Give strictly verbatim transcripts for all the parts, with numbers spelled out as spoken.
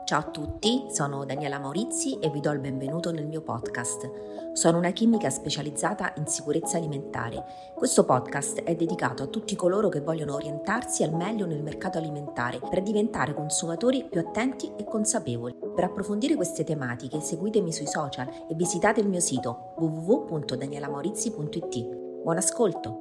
Ciao a tutti, sono Daniela Maurizi e vi do il benvenuto nel mio podcast. Sono una chimica specializzata in sicurezza alimentare. Questo podcast è dedicato a tutti coloro che vogliono orientarsi al meglio nel mercato alimentare per diventare consumatori più attenti e consapevoli. Per approfondire queste tematiche seguitemi sui social e visitate il mio sito w w w punto daniela maurizzi punto i t. Buon ascolto!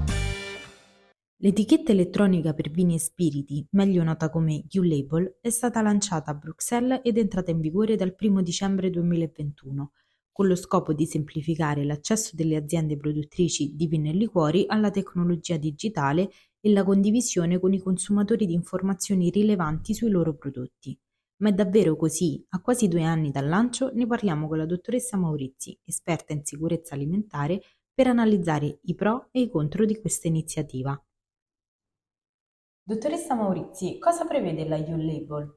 L'etichetta elettronica per vini e spiriti, meglio nota come U-Label, è stata lanciata a Bruxelles ed è entrata in vigore dal primo dicembre duemilaventuno, con lo scopo di semplificare l'accesso delle aziende produttrici di vini e liquori alla tecnologia digitale e la condivisione con i consumatori di informazioni rilevanti sui loro prodotti. Ma è davvero così? A quasi due anni dal lancio ne parliamo con la dottoressa Maurizi, esperta in sicurezza alimentare, per analizzare i pro e i contro di questa iniziativa. Dottoressa Maurizi, cosa prevede la U-Label?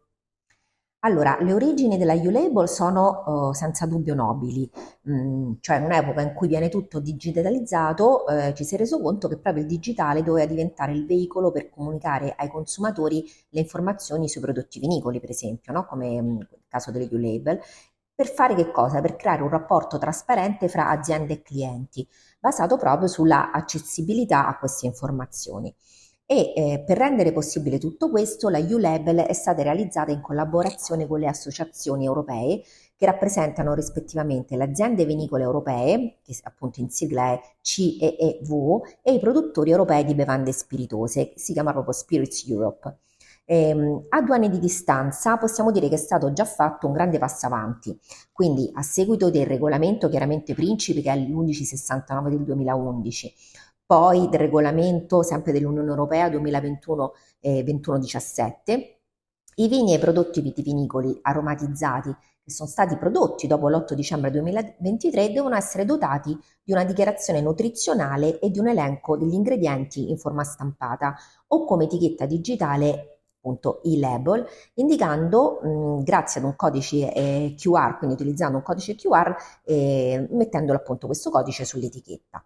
Allora, le origini della U-Label sono uh, senza dubbio nobili, mm, cioè in un'epoca in cui viene tutto digitalizzato, eh, ci si è reso conto che proprio il digitale doveva diventare il veicolo per comunicare ai consumatori le informazioni sui prodotti vinicoli, per esempio, no? Come mm, nel caso delle U-Label. Per fare che cosa? Per creare un rapporto trasparente fra aziende e clienti, basato proprio sulla accessibilità a queste informazioni. E eh, per rendere possibile tutto questo, la U-Label è stata realizzata in collaborazione con le associazioni europee che rappresentano rispettivamente le aziende vinicole europee, che appunto in sigla è C E E V, e i produttori europei di bevande spiritose, che si chiama proprio Spirits Europe. Ehm, a due anni di distanza possiamo dire che è stato già fatto un grande passo avanti, quindi a seguito del regolamento chiaramente Principe, che è l'undicicentosessantanove del duemilaundici, poi del regolamento sempre dell'Unione Europea duemilaventuno ventuno diciassette, i vini e i prodotti vitivinicoli aromatizzati che sono stati prodotti dopo l'otto dicembre duemilaventitré devono essere dotati di una dichiarazione nutrizionale e di un elenco degli ingredienti in forma stampata o come etichetta digitale, appunto e-label, indicando mh, grazie ad un codice eh, Q R, quindi utilizzando un codice Q R, eh, mettendolo appunto questo codice sull'etichetta.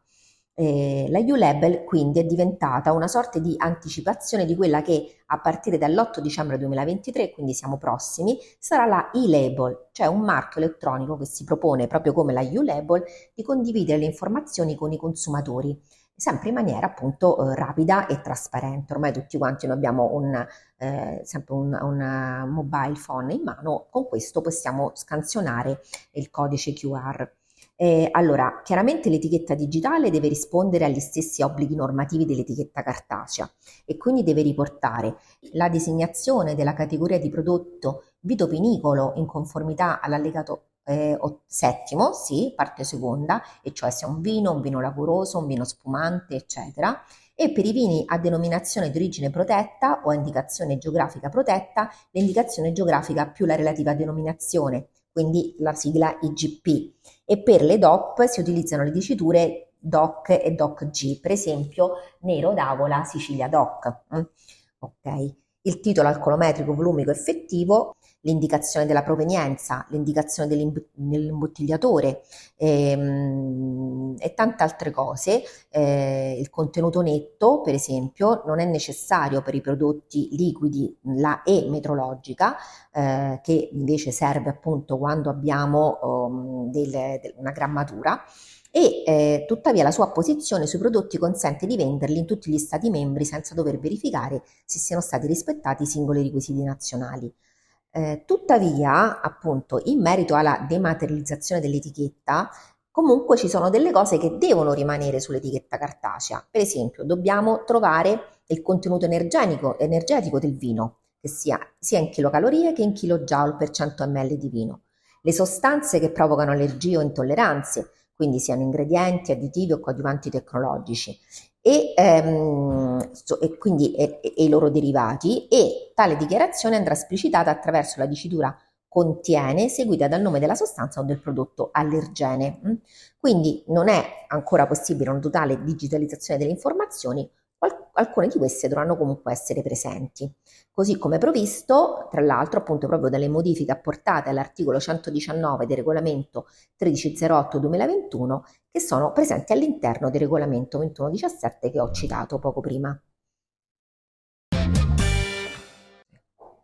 Eh, la U-Label quindi è diventata una sorta di anticipazione di quella che a partire dall'otto dicembre duemilaventitré, quindi siamo prossimi, sarà la e-Label, cioè un marchio elettronico che si propone proprio come la U-Label di condividere le informazioni con i consumatori, sempre in maniera appunto eh, rapida e trasparente. Ormai tutti quanti noi abbiamo un, eh, sempre un, un mobile phone in mano, con questo possiamo scansionare il codice Q R. Eh, allora, chiaramente l'etichetta digitale deve rispondere agli stessi obblighi normativi dell'etichetta cartacea e quindi deve riportare la designazione della categoria di prodotto vitovinicolo in conformità all'allegato eh, settimo, sì, parte seconda, e cioè se è un vino, un vino lacuroso, un vino spumante, eccetera. E per i vini a denominazione di origine protetta o a indicazione geografica protetta, l'indicazione geografica più la relativa denominazione, quindi la sigla I G P. E per le D O P si utilizzano le diciture D O C e D O C G, per esempio Nero d'Avola, Sicilia D O C. Mm? Ok. Il titolo alcolometrico, volumico effettivo, l'indicazione della provenienza, l'indicazione dell'imbottigliatore ehm, e tante altre cose. Eh, il contenuto netto, per esempio, non è necessario per i prodotti liquidi la E metrologica, eh, che invece serve appunto quando abbiamo um, del, del, una grammatura. E eh, tuttavia la sua posizione sui prodotti consente di venderli in tutti gli Stati membri senza dover verificare se siano stati rispettati i singoli requisiti nazionali. Eh, tuttavia, appunto, in merito alla dematerializzazione dell'etichetta, comunque ci sono delle cose che devono rimanere sull'etichetta cartacea. Per esempio, dobbiamo trovare il contenuto energetico, energetico del vino, che sia sia in chilocalorie che in kilojoule per cento millilitri di vino. Le sostanze che provocano allergie o intolleranze, quindi siano ingredienti, additivi o coadiuvanti tecnologici, e, ehm, so, e quindi e, e i loro derivati, e tale dichiarazione andrà esplicitata attraverso la dicitura contiene, seguita dal nome della sostanza o del prodotto allergene. Quindi non è ancora possibile una totale digitalizzazione delle informazioni, alcune di queste dovranno comunque essere presenti. Così come previsto, tra l'altro, appunto proprio dalle modifiche apportate all'articolo centodiciannove del regolamento tredicesimootto duemilaventuno, che sono presenti all'interno del regolamento ventuno diciassette che ho citato poco prima.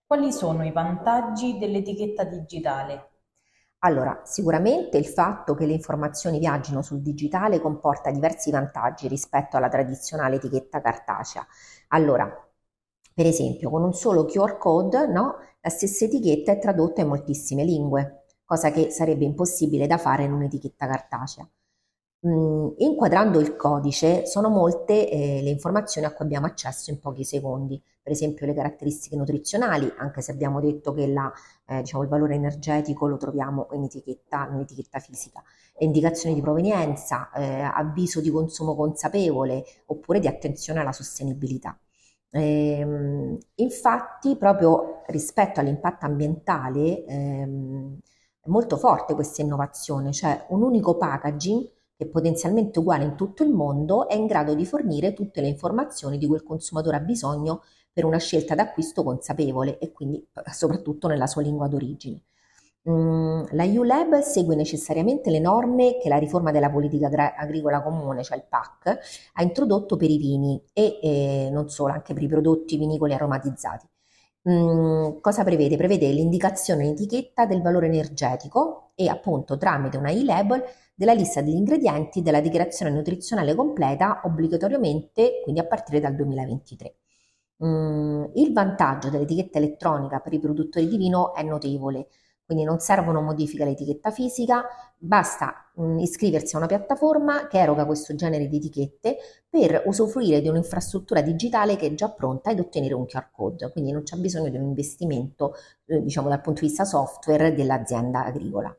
Quali sono i vantaggi dell'etichetta digitale? Allora, sicuramente il fatto che le informazioni viaggino sul digitale comporta diversi vantaggi rispetto alla tradizionale etichetta cartacea. Allora, per esempio, con un solo Q R code, no, la stessa etichetta è tradotta in moltissime lingue, cosa che sarebbe impossibile da fare in un'etichetta cartacea. Mm, inquadrando il codice sono molte eh, le informazioni a cui abbiamo accesso in pochi secondi, per esempio le caratteristiche nutrizionali, anche se abbiamo detto che la, eh, diciamo, il valore energetico lo troviamo in etichetta, in etichetta fisica, le indicazioni di provenienza, eh, avviso di consumo consapevole oppure di attenzione alla sostenibilità. Ehm, infatti, proprio rispetto all'impatto ambientale, ehm, è molto forte questa innovazione, cioè un unico packaging che è potenzialmente uguale in tutto il mondo è in grado di fornire tutte le informazioni di cui il consumatore ha bisogno per una scelta d'acquisto consapevole e quindi soprattutto nella sua lingua d'origine. Mm, la U L E B segue necessariamente le norme che la riforma della politica agra- agricola comune, cioè il P A C, ha introdotto per i vini e eh, non solo, anche per i prodotti vinicoli aromatizzati. Mm, cosa prevede? Prevede l'indicazione in etichetta del valore energetico e appunto tramite una e-label della lista degli ingredienti della dichiarazione nutrizionale completa obbligatoriamente, quindi a partire dal duemilaventitré. Mm, il vantaggio dell'etichetta elettronica per i produttori di vino è notevole, quindi non servono modifiche all'etichetta fisica, basta mh, iscriversi a una piattaforma che eroga questo genere di etichette per usufruire di un'infrastruttura digitale che è già pronta ed ottenere un Q R code, quindi non c'è bisogno di un investimento, eh, diciamo dal punto di vista software dell'azienda agricola.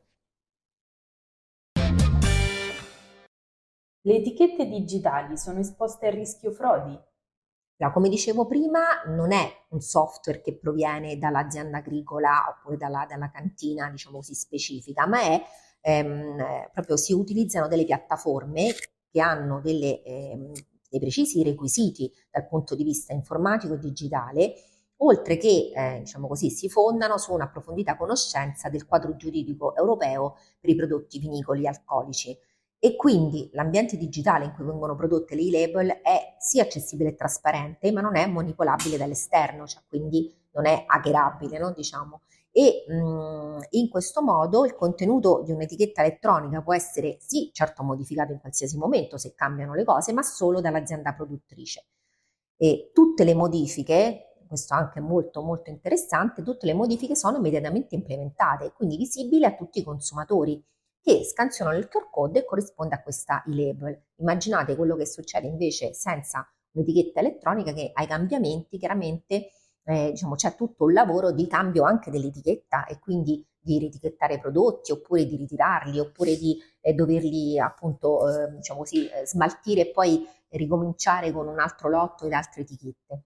Le etichette digitali sono esposte al rischio frodi? Allora, come dicevo prima, non è un software che proviene dall'azienda agricola oppure dalla, dalla cantina, diciamo così, specifica, ma è ehm, eh, proprio si utilizzano delle piattaforme che hanno delle, ehm, dei precisi requisiti dal punto di vista informatico e digitale, oltre che, eh, diciamo così, si fondano su un'approfondita conoscenza del quadro giuridico europeo per i prodotti vinicoli alcolici. E quindi l'ambiente digitale in cui vengono prodotte le e-label è sì accessibile e trasparente, ma non è manipolabile dall'esterno, cioè quindi non è hackerabile, no? Diciamo. E mh, in questo modo il contenuto di un'etichetta elettronica può essere sì certo modificato in qualsiasi momento se cambiano le cose, ma solo dall'azienda produttrice. E tutte le modifiche, questo anche è molto molto interessante, tutte le modifiche sono immediatamente implementate e quindi visibili a tutti i consumatori che scansionano il Q R code e corrisponde a questa e-label. Immaginate quello che succede invece senza un'etichetta elettronica, che ai cambiamenti chiaramente eh, diciamo, c'è tutto un lavoro di cambio anche dell'etichetta e quindi di rietichettare i prodotti oppure di ritirarli oppure di eh, doverli appunto eh, diciamo così, eh, smaltire e poi ricominciare con un altro lotto ed altre etichette.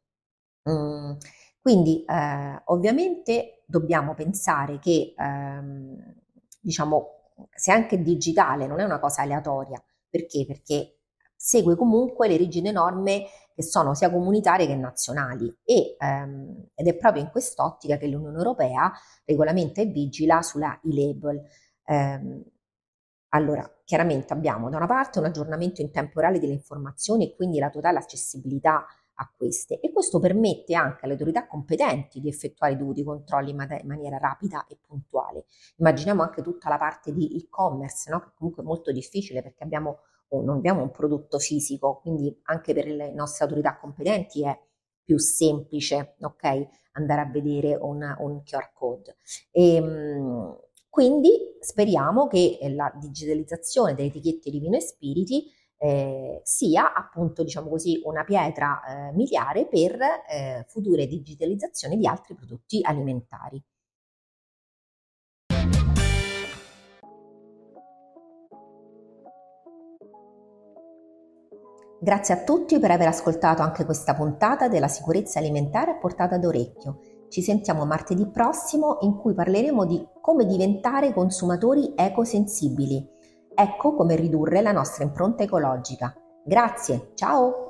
Mm, quindi eh, ovviamente dobbiamo pensare che ehm, diciamo se anche digitale non è una cosa aleatoria, perché? Perché segue comunque le rigide norme che sono sia comunitarie che nazionali e, ehm, ed è proprio in quest'ottica che l'Unione Europea regolamenta e vigila sulla e-label. Ehm, allora, chiaramente abbiamo da una parte un aggiornamento in tempo reale delle informazioni e quindi la totale accessibilità a queste e questo permette anche alle autorità competenti di effettuare i dovuti controlli in, in maniera rapida e puntuale. Immaginiamo anche tutta la parte di e-commerce, no? Che comunque è molto difficile perché abbiamo, oh, non abbiamo un prodotto fisico, quindi anche per le nostre autorità competenti è più semplice, ok, andare a vedere un, un Q R code. E, mh, quindi speriamo che la digitalizzazione delle etichette di vino e spiriti eh, sia appunto, diciamo così, una pietra eh, miliare per eh, future digitalizzazioni di altri prodotti alimentari. Grazie a tutti per aver ascoltato anche questa puntata della sicurezza alimentare a portata d'orecchio. Ci sentiamo martedì prossimo in cui parleremo di come diventare consumatori ecosensibili. Ecco come ridurre la nostra impronta ecologica. Grazie, ciao!